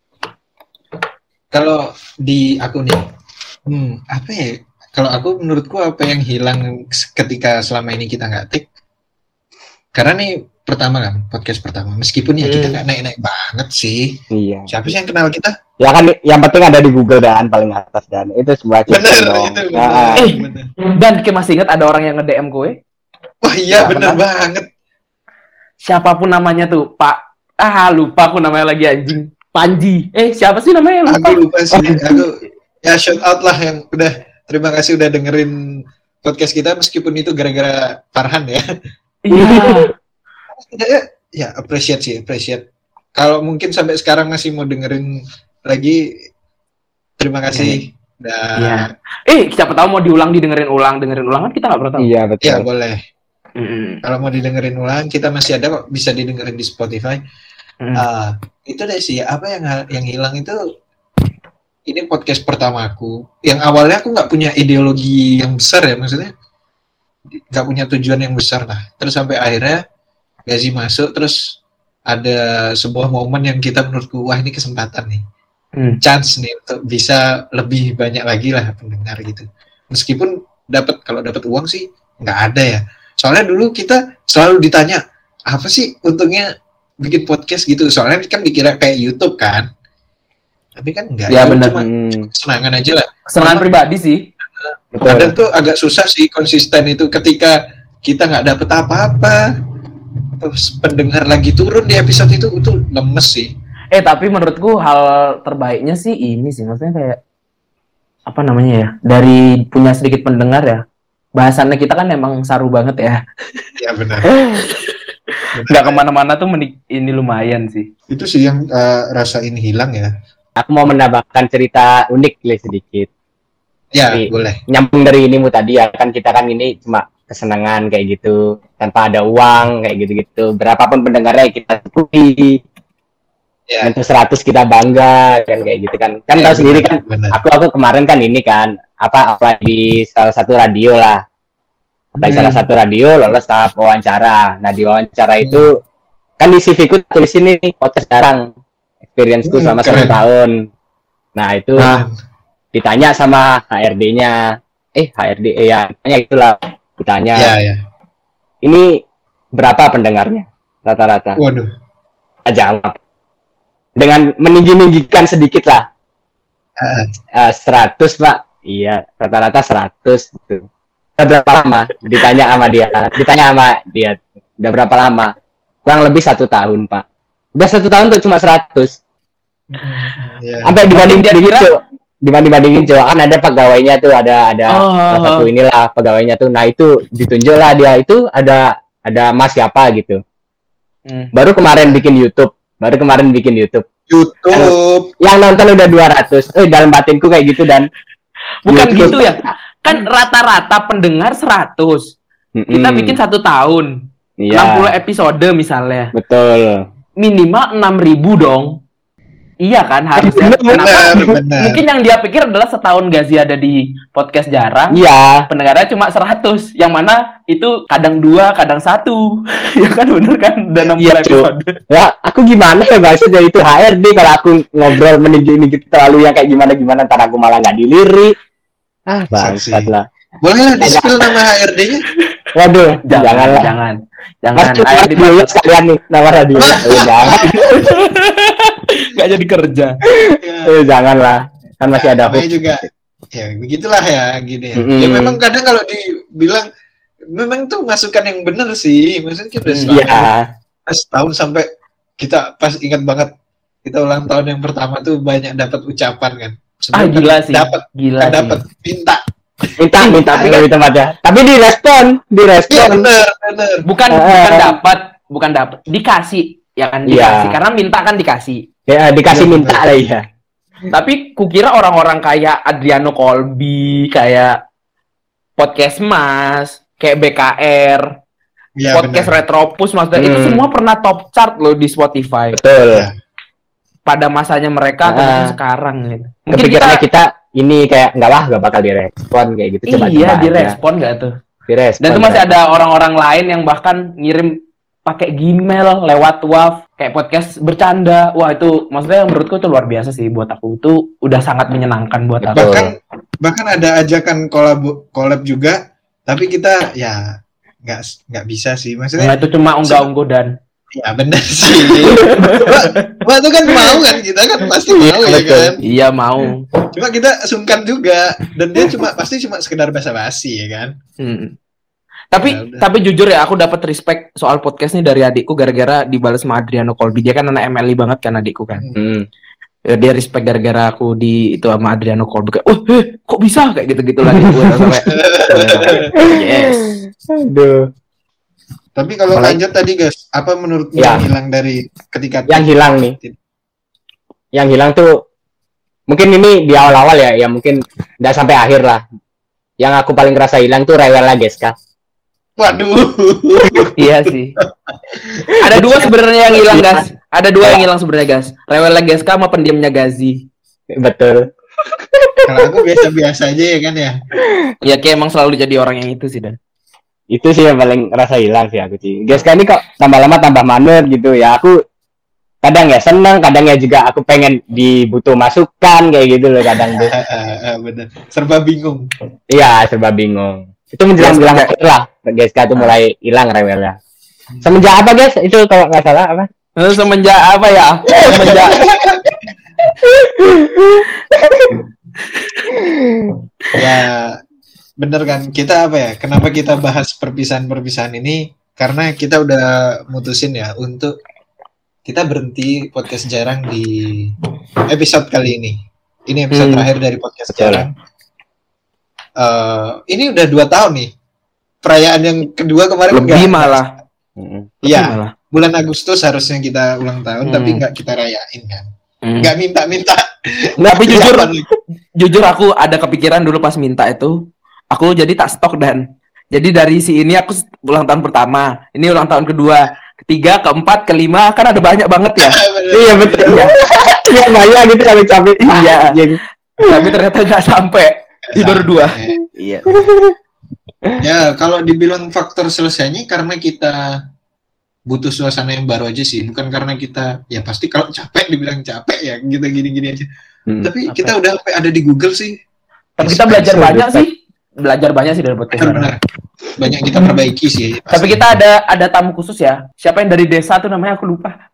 Kalau di aku nih, hmm, apa ya? Kalau aku menurutku apa yang hilang ketika selama ini kita nggak take? Karena nih pertama kan podcast pertama, meskipun ya kita Hmm. nggak naik-naik banget sih. Iya. Siapa sih yang kenal kita? Ya kan yang penting ada di Google dan paling atas dan itu sebuah Bener, achievement dong. itu Nah, bener. Eh. bener. Dan kayak masih ingat ada orang yang nge-D M gue, Wah iya Ya, bener benar. banget. siapapun namanya tuh, Pak, ah lupa aku namanya lagi anjing, Panji. Eh siapa sih namanya, lupa. Aku lupa sih. Aku ya shout out lah yang udah terima kasih udah dengerin podcast kita meskipun itu gara-gara Farhan ya. Iya. Ya, ya appreciate sih, appreciate kalau mungkin sampai sekarang masih mau dengerin lagi, terima kasih. Dan Iya. Eh, siapa tahu mau diulang didengerin ulang, dengerin ulang kan kita nggak pernah tahu. Iya betul. ya boleh. Mm-mm. Kalau mau didengerin ulang, kita masih ada kok, bisa didengerin di Spotify. Mm. Ah, itu deh sih, apa yang yang hilang itu, ini podcast pertamaku. Yang awalnya aku nggak punya ideologi yang besar ya, maksudnya nggak punya tujuan yang besar lah. Terus sampai akhirnya Gazi masuk, terus ada sebuah momen yang kita menurutku, wah ini kesempatan nih, Hmm. chance nih untuk bisa lebih banyak lagi lah pendengar gitu. Meskipun dapat, kalau dapat uang sih nggak ada ya. Soalnya dulu kita selalu ditanya, apa sih untungnya bikin podcast gitu. Soalnya kan dikira kayak YouTube kan. Tapi kan enggak. Ya, itu benar. Cuma Hmm, kesenangan aja lah. Kesenangan pribadi sih. betul. Kadang tuh agak susah sih konsisten itu ketika kita nggak dapet apa-apa. Terus pendengar lagi turun di episode itu, itu lemes sih. Eh, tapi menurutku hal terbaiknya sih ini sih, maksudnya kayak apa namanya ya? Dari punya sedikit pendengar ya. Bahasannya kita kan emang saru banget ya. Ya benar. Nggak kemana-mana tuh menik- ini lumayan sih. Itu sih yang uh, rasain hilang ya. Aku mau menambahkan cerita unik le sedikit. Ya Tapi- boleh. Nyambung dari inimu tadi ya, kan kita kan ini cuma kesenangan kayak gitu, tanpa ada uang kayak gitu-gitu. Berapapun pendengarnya kita syukuri. Ya. Untuk seratus kita bangga kan kayak gitu kan. Kan Ya, tahu sendiri kan, benar. aku aku kemarin kan ini kan apa apa di salah satu radio lah. Apa di Hmm. salah satu radio lolos tahap wawancara. Nah, di wawancara itu kan di C V-ku tulis ini podcast jarang. Experience-ku Hmm, selama keren. satu tahun. Nah, itu Nah. ditanya sama H R D-nya. Eh, H R D eh, ya, tanya itulah. Ditanya, Ya ya. ini berapa pendengarnya rata-rata? Waduh. Jawab dengan meninggi-ninggikan sedikit lah. Ah, Eh, seratus Pak. Iya, rata-rata seratus gitu. Udah berapa lama? Ditanya sama dia. Ditanya sama dia. Udah berapa lama? Kurang lebih satu tahun, Pak. Udah satu tahun tuh cuma seratus. ya. Sampai dibanding Dia dibandingin kira- cowok. Dibanding bandingin cowok kan ada pegawainya tuh, ada ada Oh, salah satu inilah pegawainya tuh. Nah, itu ditunjuk lah dia itu ada ada Mas siapa gitu. Hmm. Baru kemarin bikin YouTube. Baru kemarin bikin YouTube. YouTube. Yang nonton udah dua ratus. Eh, dalam batinku kayak gitu dan Bukan YouTube. gitu ya. Kan rata-rata pendengar seratus. Kita Mm-mm. bikin satu tahun. Iya, enam puluh episode misalnya. betul. Minimal enam ribu dong. Iya kan harusnya. Bener, Kenapa? Benar, benar. Mungkin yang dia pikir adalah setahun Gazi ada di podcast jarang. Iya, Pendengarnya cuma seratus. Yang mana itu kadang dua, kadang satu. Ya kan bener kan? Udah enam puluh Iya, Cuk. episode. ya aku gimana ya maksudnya itu H R D kalau aku ngobrol meninggi-ninggi terlalu yang kayak gimana-gimana ntar aku malah nggak dilirik. Ah, bangsat Saksi. lah. Boleh lah di-spill nama H R D-nya. Waduh, Jangan, janganlah. jangan. Jangan. Mas Ayo coba di dulu sekalian nih nama radio. Eh, jangan. Gak jadi kerja. Ya. Eh, janganlah. Kan masih ada namanya hook. juga. Ya begitulah ya gini ya. Mm-mm. Ya memang kadang kalau dibilang memang tuh masukan yang benar sih. Maksudnya kita udah Hmm, Iya. selama setahun sampai kita pas ingat banget kita ulang tahun yang pertama tuh banyak dapat ucapan kan. Ah Sebelum gila kan sih. Dapat, Gila kan sih. dapat minta. Minta, minta, minta, minta, minta. Tapi direspon, Iya direspon. benar, benar. Bukan Eh. bukan dapat, bukan dapat, dikasih. Ya kan dikasih Iya. karena minta kan dikasih. Ya, dikasih Iya, minta lah ya. Tapi kukira orang-orang kayak Adriano Colby, kayak Podcast Mas, kayak B K R, Iya Podcast benar. Retropus, maksudnya itu Hmm. semua pernah top chart loh di Spotify Betul. Iya. pada masanya mereka atau Ah. mungkin sekarang gitu. Mungkin Kepikirannya kita, kita ini kayak enggak lah, enggak bakal direspon kayak gitu. Coba iya coba direspon gak tuh? Direspon. Dan itu masih kan. ada orang-orang lain yang bahkan ngirim pakai Gmail lewat W A V kayak podcast bercanda. Wah, itu maksudnya menurutku itu luar biasa sih buat aku. Itu udah sangat menyenangkan buat aku. Betul. Bahkan bahkan ada ajakan collab collab juga, tapi kita ya nggak nggak bisa sih. Nah, Maksudnya itu cuma unggah-ungguh dan ya benar sih. Wah, wah itu kan mau kan, kita kan pasti mau ya Betul. kan. iya mau. Cuma kita sungkan juga, dan dia cuma pasti cuma sekedar basa-basi ya kan. Hmm. Tapi Ya udah. tapi jujur ya aku dapat respect soal podcast nih dari adikku gara-gara dibalas sama Adriano Colby. Dia kan anak M L I banget kan adikku kan. Hmm. Ya, dia respect gara-gara aku di itu sama Adriano Colby kayak, "Oh, eh, kok bisa?" kayak gitu-gitu lagi gue sampai. Yes. Aduh. Tapi kalau Mulai- lanjut tadi guys, apa menurutmu Ya. yang hilang dari ketika Yang hilang nih. Yang hilang tuh mungkin ini di awal-awal ya, ya mungkin nggak sampai akhir lah. Yang aku paling ngerasa hilang tuh rewel lah guys kak. Waduh. Iya sih. Ada dua sebenarnya yang hilang, Gas. Ada dua yang hilang sebenarnya, Gas. Rewel Geska sama pendiamnya Gazi. Betul. Kalau aku biasa-biasa aja ya kan ya. Ya kayak emang selalu jadi orang yang itu sih, Dan. Itu sih yang paling ngerasa hilang sih aku sih. Guys kan ini kok tambah lama tambah manut gitu ya. Aku kadang ya senang, kadang ya juga aku pengen dibutuh masukan kayak gitu loh kadang tuh. Bener. Serba bingung. Iya serba bingung. Itu menjelang-jelang akhir lah. Guys kan tuh mulai hilang rewelnya. Semenjak apa guys? Itu kalau nggak salah apa? Eh, Semenjak apa ya? Semenjak Ya bener kan, kita apa ya, kenapa kita bahas perpisahan-perpisahan ini, karena kita udah mutusin ya untuk kita berhenti podcast jarang di episode kali ini. Ini episode Hmm. terakhir dari podcast Betul. jarang. Eh, ini udah dua tahun nih, perayaan yang kedua kemarin lebih enggak. malah. Mm-mm. Iya, Lebih malah. bulan Agustus harusnya kita ulang tahun, Hmm. tapi nggak kita rayain kan, Hmm. nggak minta-minta. Tapi jujur, Kapan lagi? jujur aku ada kepikiran dulu pas minta itu, aku jadi tak stok Dan. Jadi dari si ini aku ulang tahun pertama, ini ulang tahun kedua, ketiga, keempat, kelima, kan ada banyak banget ya. Iya betul. Iya. Iya banyak gitu kalau capek. Iya. Anjing. Tapi ternyata nggak sampai. Ini baru dua. Iya. Ya, kalau dibilang faktor selesainya karena kita butuh suasana yang baru aja sih, bukan karena kita ya pasti kalau capek dibilang capek ya kita gini-gini aja. Hmm. Tapi Apa? kita udah sampai ada di Google sih. Tapi kita belajar Betul, banyak betul. sih. Belajar banyak sih dari podcast. Benar-benar banyak kita perbaiki sih. Tapi kita ada ada tamu khusus ya. Siapa yang dari desa tuh namanya aku lupa.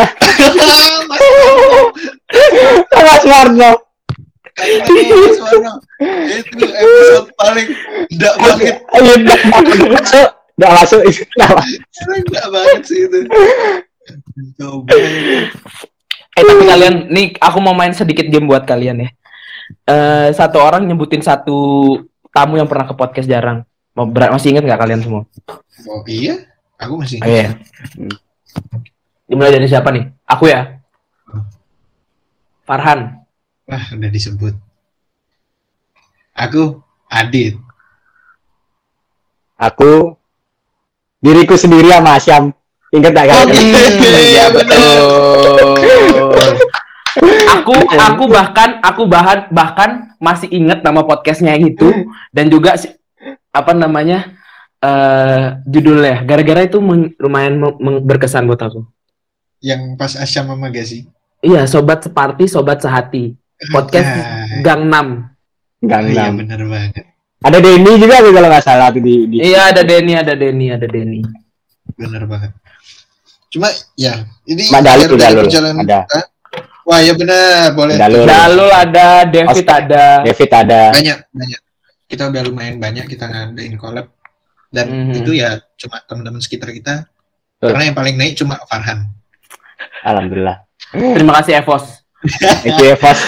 Mas Warno. Mas Warno, itu episode paling enggak banget, Ayo enggak masuk. Enggak masuk itu. Enggak masuk. enggak banget sih itu. Coba. Eh tapi kalian, nih aku mau main sedikit game buat kalian ya. Eh satu orang nyebutin satu tamu yang pernah ke podcast jarang. Mau berat masih ingat nggak kalian semua? Oh iya, aku masih. Ayo ya. Dimulai dari siapa nih? Aku ya. Farhan. Wah, udah disebut. Aku Adit. Aku diriku sendiri sama Asyam. Ingat enggak Oh, kalian? gitu. Iya betul. aku aku bahkan aku bahan bahkan masih ingat nama podcastnya yang itu dan juga si- apa namanya eh judulnya. Gara-gara itu men- lumayan meng- meng- berkesan buat aku. Yang pas Asyam sama Gazi. Iya, sobat separti, sobat sehati. Podcast Ah, Gangnam. Gang iya enam. bener banget. Ada Denny juga tuh kalau nggak salah tuh di, di Iya, ada Denny, ada Denny, ada Denny. Bener banget. Cuma ya, ini Mbak Dalil, akhir dari Dalil. perjalanan Ada. kita. Wah ya benar, boleh. Dalil. Dalul ada, David Oscar. ada. David ada. Banyak, banyak. Kita udah lumayan banyak kita ngadain collab. Dan Mhm. itu ya cuma teman-teman sekitar kita. Betul. Karena yang paling naik cuma Farhan. Alhamdulillah. Terima kasih Evos. Thank you Evos.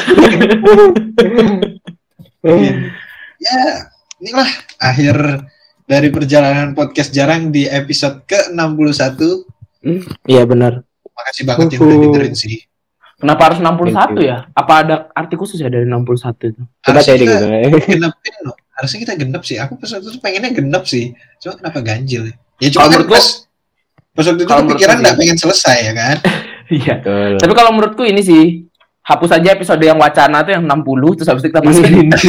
Ya, inilah akhir dari perjalanan podcast jarang di episode ke enam puluh satu. Iya benar. Makasih banget yang udah dengerin sih. Kenapa harus enam puluh satu Thank you. ya? Apa ada arti khusus ya dari enam puluh satu itu? Coba Harusnya saya kita gitu. genepin loh. Harusnya kita genep sih. Aku pas waktu itu pengennya genep sih. Cuma kenapa ganjil ya? Ya cuma Kalau kan menurut pas, pas waktu itu kalau kepikiran menurut nggak gua pengen selesai ya kan? Iya. Betul. Tapi kalau menurutku ini sih hapus aja episode yang wacana tuh yang enam puluh terus habis itu kita masukin ini.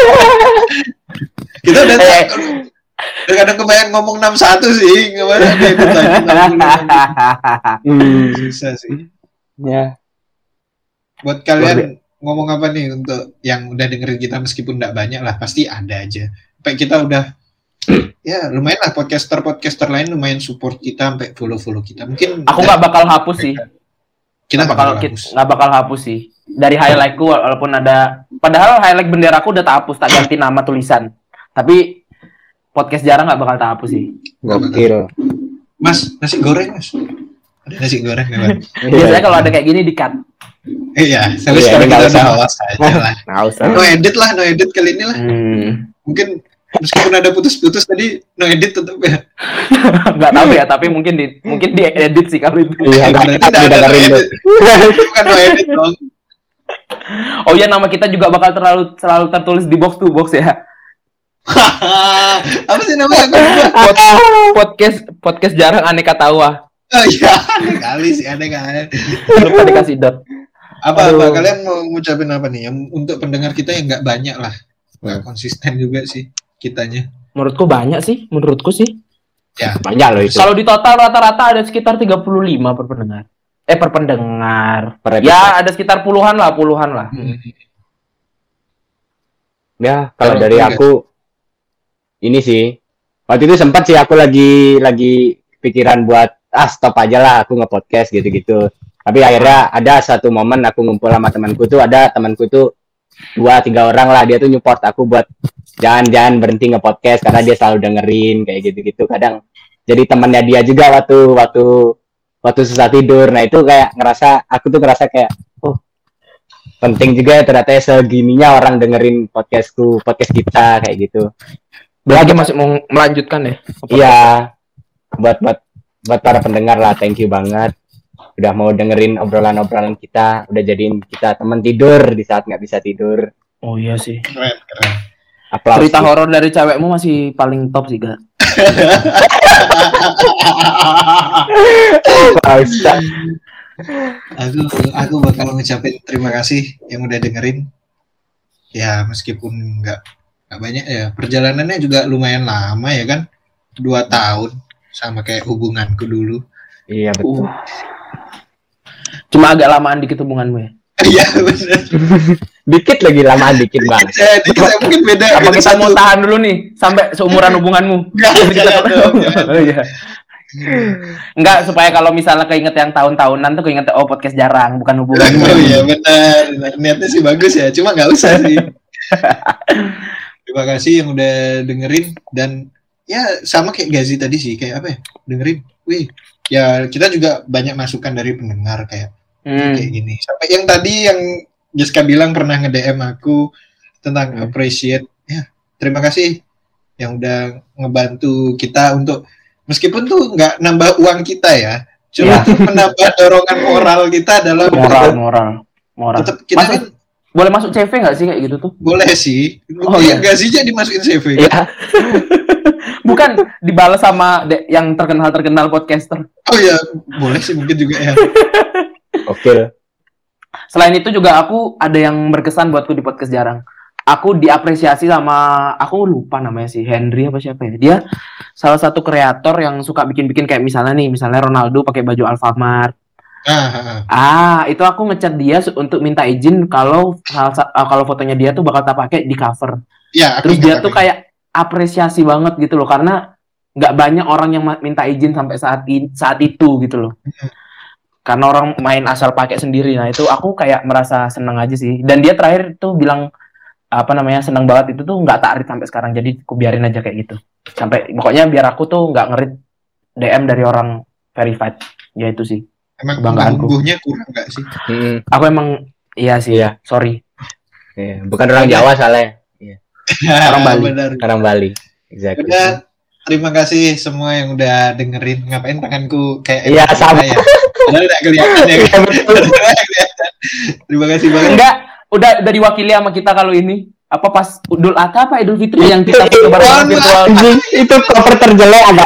Kita udah Eh. udah kadang kebayang ngomong enam puluh satu sih. Kemarin ada yang lagi enam puluh. Hmm. Susah sih. Ya. Buat kalian ngomong apa nih untuk yang udah dengerin kita meskipun nggak banyak lah, pasti ada aja. Sampai kita udah ya lumayan lah podcaster-podcaster lain lumayan support kita sampai follow-follow kita. Mungkin Aku nggak bakal hapus sih. kita Nggak bakal bakal hapus. nggak bakal hapus sih. Dari highlightku walaupun ada padahal highlight benderaku udah tak hapus, tak ganti nama tulisan. Tapi podcast jarang nggak bakal tak hapus sih. Gokil. Mas, nasi goreng mas. Ada nasi goreng nggak Bang? Biasanya kalau ada kayak gini di-cut. Iya, tapi Iya, sekarang nggak kita usah. udah awas aja lah. Nggak usah. No edit lah, no edit kali ini lah. Hmm. Mungkin Meskipun ada putus-putus tadi, no edit tetap ya. Nggak tahu ya, tapi mungkin di mungkin di edit sih kalau itu. Iya, Berarti nggak nggak ada no dengerin edit. Bukan no edit dong. Oh ya, nama kita juga bakal terlalu selalu tertulis di box to box ya. Apa sih namanya? Pod, podcast podcast jarang aneka tawa. Oh iya, aneh kali sih, aneh kali. Lupa dikasih dot. Apa apa Aduh. kalian mau ngucapin apa nih? Yang untuk pendengar kita yang nggak banyak lah, nggak konsisten juga sih kitanya. Menurutku banyak sih, menurutku sih. Ya, Banyak loh itu. Kalau di total rata-rata ada sekitar tiga puluh lima per pendengar. Eh per pendengar. Per Ya ada sekitar puluhan lah, puluhan lah. Hmm. Ya, kalau Kalau dari enggak. aku ini sih. Waktu itu sempat sih aku lagi lagi pikiran buat ah stop aja lah aku nge-podcast gitu-gitu. Tapi akhirnya ada satu momen aku ngumpul sama temanku tuh, ada temanku tuh dua tiga orang lah, dia tuh nyupport aku buat jangan-jangan berhenti nge-podcast karena dia selalu dengerin kayak gitu-gitu. Kadang jadi temannya dia juga waktu waktu waktu susah tidur. Nah, itu kayak ngerasa aku tuh ngerasa kayak oh, penting juga ya ternyata segininya orang dengerin podcastku, podcast kita kayak gitu. Belagi masih mau melanjutkan ya? Iya, buat buat buat para pendengar lah, thank you banget udah mau dengerin obrolan-obrolan kita, udah jadiin kita teman tidur di saat nggak bisa tidur. Oh iya sih. keren keren. Aplaus. Cerita horor dari cewekmu masih paling top sih, Kak. Aplaus. aku aku bakal ngucapin terima kasih yang udah dengerin. Ya meskipun nggak nggak banyak ya, perjalanannya juga lumayan lama ya kan, dua tahun sama kayak hubunganku dulu. Iya betul. Uh. Cuma agak lamaan dikit hubunganmu ya. Iya benar. Dikit lagi lamaan dikit bang. Saya dikit saya mungkin beda. Apa beda kita satu. mau tahan dulu nih sampai seumuran hubunganmu? Nggak, Jadi kita- jangan dong, jangan. Oh, iya. Enggak, supaya kalau misalnya keinget yang tahun-tahunan tuh keinget oh podcast jarang, bukan hubunganmu. Oh iya benar. Niatnya sih bagus ya, cuma nggak usah sih. Terima kasih yang udah dengerin, dan ya sama kayak Gazi tadi sih, kayak apa ya, dengerin. Wih, ya kita juga banyak masukan dari pendengar kayak Hmm. kayak gini. Sampai yang tadi yang Jessica bilang pernah nge-D M aku tentang Hmm. appreciate. Ya, terima kasih yang udah ngebantu kita untuk meskipun tuh nggak nambah uang kita ya, cuma Iya. tuh menambah dorongan moral kita dalam Moral, moral, moral. tetap kita Masuk, kan boleh masuk C V nggak sih kayak gitu tuh? boleh sih. Oh, iya. Gazi aja dimasukin C V. Iya. Bukan dibalas sama de- yang terkenal-terkenal podcaster. Oh iya, boleh sih mungkin juga ya. Oke. Selain itu juga aku ada yang berkesan buatku di podcast jarang. Aku diapresiasi sama, aku lupa namanya sih, Henry apa siapa ya. Dia salah satu kreator yang suka bikin-bikin kayak misalnya nih, misalnya Ronaldo pakai baju Alfamart. Ah, ah, ah. Ah, itu aku ngechat dia su- untuk minta izin kalau salah sa- ah, kalau fotonya dia tuh bakal tak pakai di cover. Ya, aku Terus dia ingat, tuh aku kayak apresiasi banget gitu loh, karena nggak banyak orang yang ma- minta izin sampai saat in- saat itu gitu loh. Karena orang main asal pakai sendiri. Nah, itu aku kayak merasa seneng aja sih. Dan dia terakhir tuh bilang apa namanya, seneng banget itu tuh nggak tak read sampai sekarang. Jadi aku biarin aja kayak gitu. Sampai pokoknya biar aku tuh nggak ngerit D M dari orang verified. Ya itu sih. emang kebanggaanku. bumbunya kurang nggak sih? Hmm, Aku emang iya sih. Iya. Sorry. iya. Bukan orang Jawa soalnya. Iya. Orang Bali. Benar. Orang Bali. Exactly. Udah, terima kasih semua yang udah dengerin. Ngapain tanganku kayak Iya, emoji sama. ya? Padahal nggak kelihatan ya. Iya, betul. Terima kasih banget. Enggak, udah udah diwakili sama kita kalau ini. Apa pas Idul Adha apa Idul Fitri yang kita foto bareng virtual. Anjing, itu cover terjelek agak.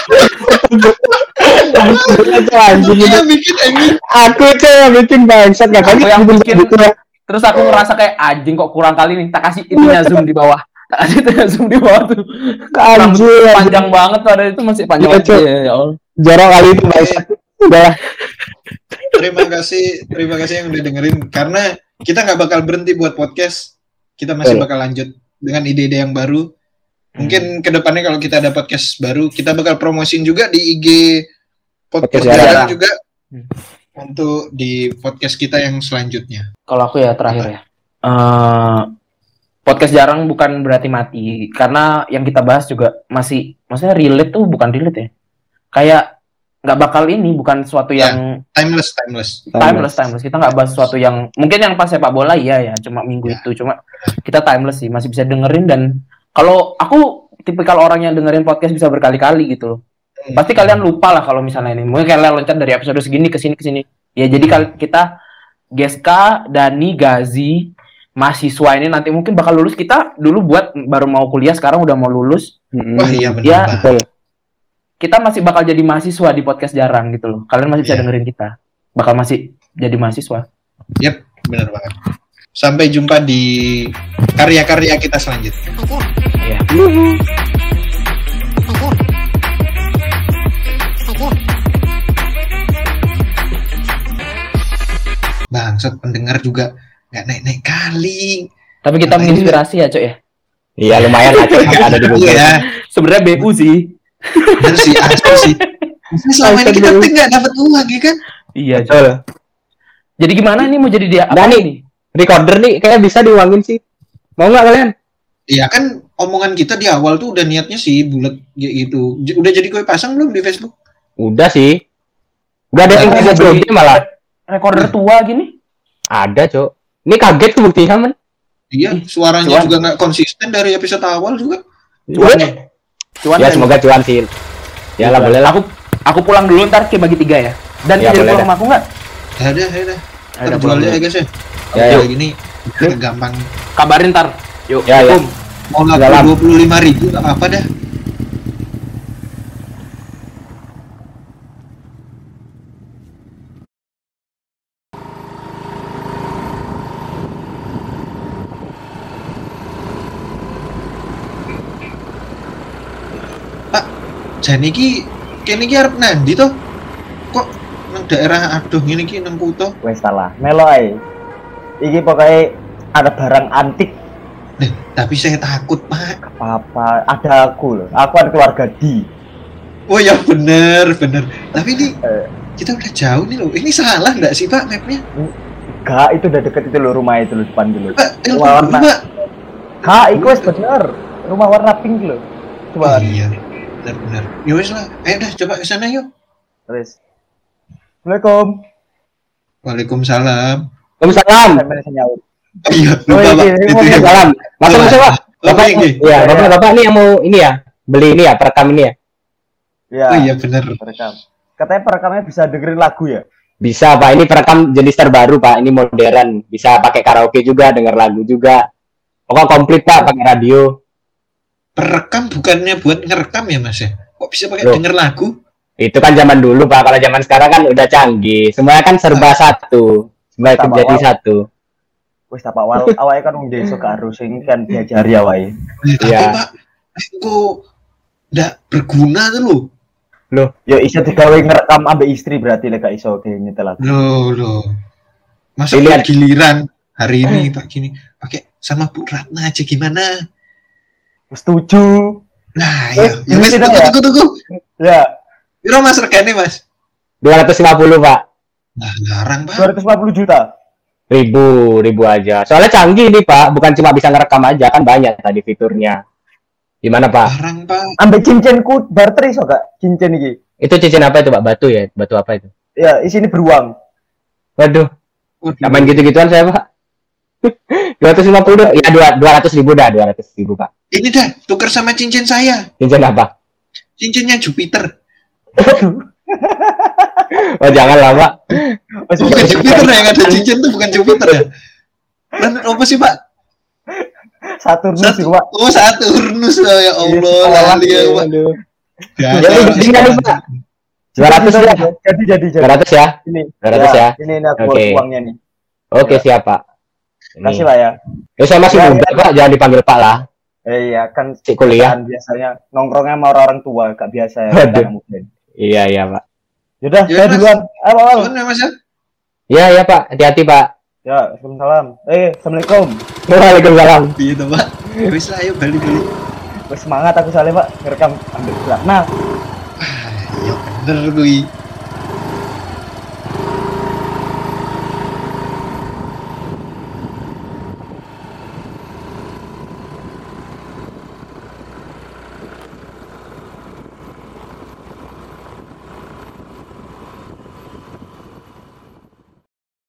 Itu anjing itu. Dia bikin ini. Aku tuh yang bikin bangsat gak Aku yang bikin. gitu ya. Terus aku ngerasa kayak anjing kok kurang kali nih. Tak kasih itunya zoom di bawah. Tak kasih itunya zoom di bawah tuh. Anjing. Panjang banget padahal itu masih panjang Iya, banget. Cok. Ya, ya Allah. Jarang kali itu bangsat. Udah. Terima kasih, terima kasih yang udah dengerin. Karena kita nggak bakal berhenti buat podcast. Kita masih Betul. bakal lanjut dengan ide-ide yang baru. Mungkin kedepannya kalau kita ada podcast baru, kita bakal promosiin juga di I G podcast Podcast jarang Jarang. juga Hmm. untuk di podcast kita yang selanjutnya. Kalau aku ya terakhir ya. Eh, podcast jarang bukan berarti mati, karena yang kita bahas juga masih, maksudnya relate tuh bukan relate ya. Kayak nggak bakal ini, bukan sesuatu Ya. yang Timeless, timeless. timeless, timeless. Kita nggak bahas sesuatu yang mungkin yang pas sepak bola iya ya, cuma minggu Ya. itu, cuma kita timeless sih, masih bisa dengerin. Dan Kalau aku tipikal orang yang dengerin podcast bisa berkali-kali gitu loh. Pasti kalian lupa lah kalau misalnya ini. Mungkin kalian loncat dari episode segini ke sini ke sini. Ya jadi kal- kita Geska, Dani, Gazi, mahasiswa ini nanti mungkin bakal lulus. Kita dulu buat baru mau kuliah, sekarang udah mau lulus. Wah iya benar. Ya, Pak. Betul. kita masih bakal jadi mahasiswa di podcast jarang gitu loh. Kalian masih bisa Iya. dengerin kita. Bakal masih jadi mahasiswa. Yap, benar banget. Sampai jumpa di karya-karya kita selanjutnya. Ya. Bangsat pendengar juga nggak naik-naik kali. Tapi kita Apa ini? menginspirasi ya, Cok ya. Iya lumayan lah Cok, ada di Google. Iya, Sebenarnya B U sih. benar sih, asli sih. Tapi selama ini kita tuh nggak dapat uang ya kan? Iya, Cok. Betul. Jadi gimana nih mau jadi dia apa Dani. nih? Recorder nih kayak bisa diuangin sih. Mau nggak kalian? Iya kan omongan kita di awal tuh udah niatnya sih bulat gitu. J- Udah jadi kue pasang belum di Facebook? Udah sih. Udah ada yang Nah, tiga jadi- G malah. Recorder tua gini? Ada Cok. Ini kaget tuh buktinya man. Iya, Ih, suaranya cuan. juga nggak konsisten dari episode awal juga. Cuan nih. Cuan Ya nih. semoga cuan sih. Ya lah boleh lah. Aku aku pulang dulu ntar ke bagi tiga ya. Dan Ya, jadi boleh pulang dah. sama aku nggak? Ya udah, ya udah. Ayo, Ntar pulang jual aja dulu. guys ya. Ya, Kayak ya. gini agak gampang. Kabarin ntar. Yuk. Ya, ya. Kum. Mau laku Dalam. dua puluh lima ribu nggak apa dah. Pak, jane iki kene iki arep nandi to? Kok nang daerah aduh ngene iki nang Kuto? Wes salah. Melo ae. Iki pokoknya ada barang antik Nah, tapi saya takut, Pak. apa-apa. Ada aku loh. Aku ada keluarga di. Oh ya bener, bener. Tapi ini Eh, kita udah jauh nih loh. Ini salah nggak sih Pak mapnya? Gak, itu udah deket itu loh rumah itu loh depan dulu. Pak, telepon Warna. dulu Pak. Ha, itu wes bener. Rumah warna pink loh. Oh Coba. iya, benar-benar. Ya wes lah. Ayo dah coba ke sana yuk. Terus. Assalamualaikum. Waalaikumsalam. Waalaikumsalam. Saya mana nyaut. Oh, iya, Oh, lupa iya, Pak. iya, Itu iya, ya. Waalaikumsalam. Masuk masuk Pak. Bapak, Oh, ini. iya, bapak, bapak nih yang mau ini ya, beli ini ya, perekam ini ya. Ya. Oh iya bener. Perekam. Katanya perekamnya bisa dengerin lagu ya. Bisa Pak, ini perekam jenis terbaru Pak, ini modern, bisa pakai karaoke juga, denger lagu juga. Pokoknya komplit Pak, pakai radio. Perekam bukannya buat ngerekam ya Mas ya? Kok bisa pakai Loh. denger lagu? Itu kan zaman dulu Pak, kalau zaman sekarang kan udah canggih. Semuanya kan serba satu, semua Sama jadi awal. satu. Wes tak awal awalnya kan wong desa karo sing kan diajari awake. Eh, tapi Iya. Pak, kok nggak berguna tuh loh. Yo iso digawe ngerekam ambek istri berarti lek gak iso kayak nyetel lagu. Loh, loh. Masa Pilihan. giliran hari ini Pak gini pakai sama Bu Ratna aja gimana? Setuju. Nah, Eh, ya, ya ini Mas, tidak tunggu, ya? tunggu, tunggu. Ya, Piro Mas regane Mas? dua ratus lima puluh Pak. Nah, larang Pak. dua ratus lima puluh juta. Ribu, ribu aja. Soalnya canggih nih Pak, bukan cuma bisa ngerekam aja, kan banyak tadi fiturnya. Gimana Pak? Larang Pak. Ambek cincinku barter iso gak? Cincin iki. Itu cincin apa itu Pak? Batu ya? Batu apa itu? Ya, isini beruang. Waduh, Waduh. nggak main gitu-gituan saya Pak. dua ratus lima puluh, ya dua ratus ribu dah, dua ratus ribu Pak. Ini dah tuker sama cincin saya. Cincin apa? Cincinnya Jupiter. Oh jangan lah Pak. Bukan Jupiter yang ada cincin tuh bukan Jupiter ya. Dan apa sih Pak? Saturnus Satu, sih, Pak. oh Saturnus oh, ya Allah. Iya, Lali ya Pak. Aduh. Ya, Jadi Pak. jadi nggak nih Pak? dua ratus ya? Jadi jadi jadi. dua ratus ya? Ini. dua ratus ya? Ini ini aku Oke. uangnya nih. Oke Ya. siap Pak. Kasih Ini. lah ya. Ya saya masih Ya, muda ya. Pak, jangan dipanggil Pak lah. Eh iya kan Cik kuliah. kan biasanya nongkrongnya sama orang tua gak biasa ya. Waduh. Anak muda. Iya iya Pak. Yaudah, Ya, saya Mas. duluan. Ayo, Pak. Cuman ya Mas ya. Iya iya Pak, hati-hati Pak. Ya, Waalaikumsalam. Eh, Assalamualkum. Waalaikumsalam. Gitu Pak. Wis lah ayo balik-balik. Wes semangat aku soalnya, Pak. Ngerekam ambil gelap. Nah, Ah, ya bener kuwi.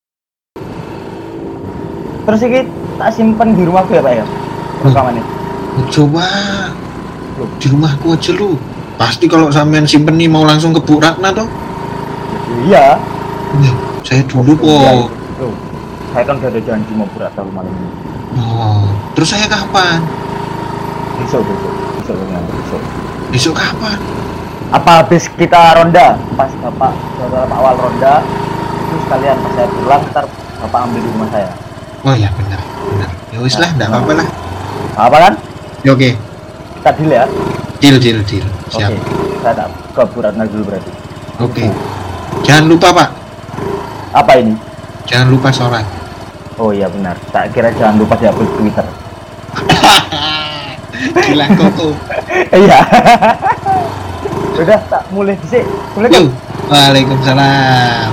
terus ini tak simpen di rumahku ya, Pak ya. Rekamannya. Coba di rumahku aja lu. Pasti kalau sampean simpen nih mau langsung ke Bu Ratna toh? Iya. Ya, saya dulu Iya. kok. Loh, saya kan udah ada janji mau berat tahun malam ini. Oh, terus saya kapan? Besok, besok, besok, besok, besok. Besok kapan? Apa habis kita ronda? Pas bapak, bapak awal ronda, itu sekalian pas saya pulang, ntar bapak ambil di rumah saya. Oh ya benar, benar. Ya wis lah, enggak apa-apa lah. Apa kan? Ya, oke. Kita deal ya. Deal, deal, deal. Siap. Oke. Saya tak ke Bu Ratna dulu berarti. Oke. Jangan lupa, Pak. Apa ini? Jangan lupa sholat. Oh iya benar. Tak kira jangan lupa dihapus Twitter. Gila koko. Iya. Udah tak mulai disik. Mulai kan? Yo. Waalaikumsalam.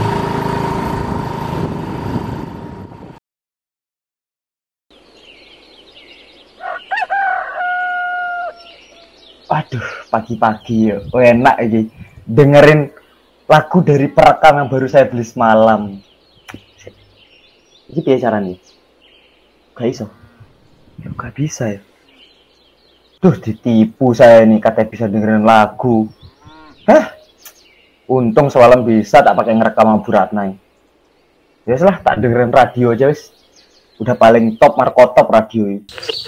Aduh, pagi-pagi ya. Oh, enak ini. Dengerin lagu dari perekam yang baru saya beli semalam. Ini biasa caranya? Gak iso. Ya, gak bisa ya. Duh, ditipu saya nih katanya bisa dengerin lagu. Hah? Untung semalam bisa tak pakai ngerekam sama Bu Ratna. Ya lah, tak dengerin radio aja wis. Udah paling top, markotop radio ini.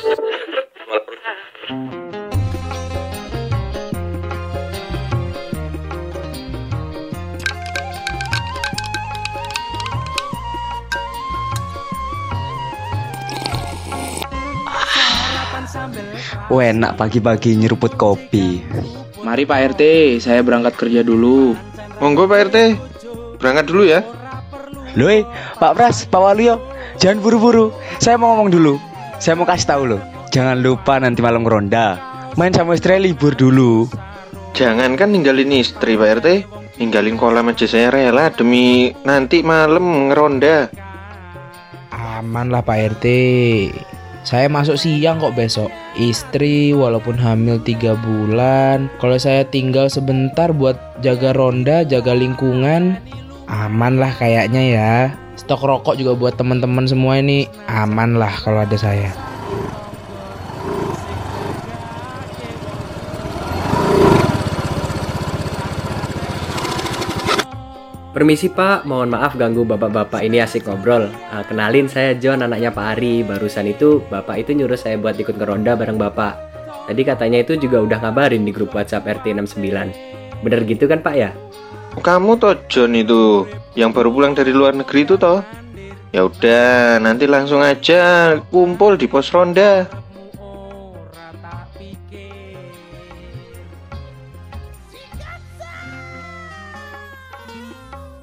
Oh enak pagi-pagi nyeruput kopi. Mari Pak R T, saya berangkat kerja dulu. Monggo Pak R T, berangkat dulu ya. Loh, eh, Pak Pras, Pak Waluyo, jangan buru-buru. Saya mau ngomong dulu. Saya mau kasih tahu loh. Jangan lupa nanti malam ronda. Main sama istri libur dulu. Jangan kan ninggalin istri Pak R T, ninggalin kolam aja saya rela demi nanti malam ngeronda. Aman lah Pak R T. Saya masuk siang kok besok. Istri walaupun hamil tiga bulan, kalau saya tinggal sebentar buat jaga ronda, jaga lingkungan, aman lah kayaknya ya. Stok rokok juga buat teman-teman semua ini aman lah kalau ada saya. Permisi Pak, mohon maaf ganggu bapak-bapak ini asik ngobrol. Uh, kenalin saya John, anaknya Pak Ari. Barusan itu bapak itu nyuruh saya buat ikut ngeronda bareng bapak. Tadi katanya itu juga udah ngabarin di grup WhatsApp R T enam sembilan. Bener gitu kan Pak ya? Kamu toh John itu yang baru pulang dari luar negeri itu toh? Ya udah, nanti langsung aja kumpul di pos ronda.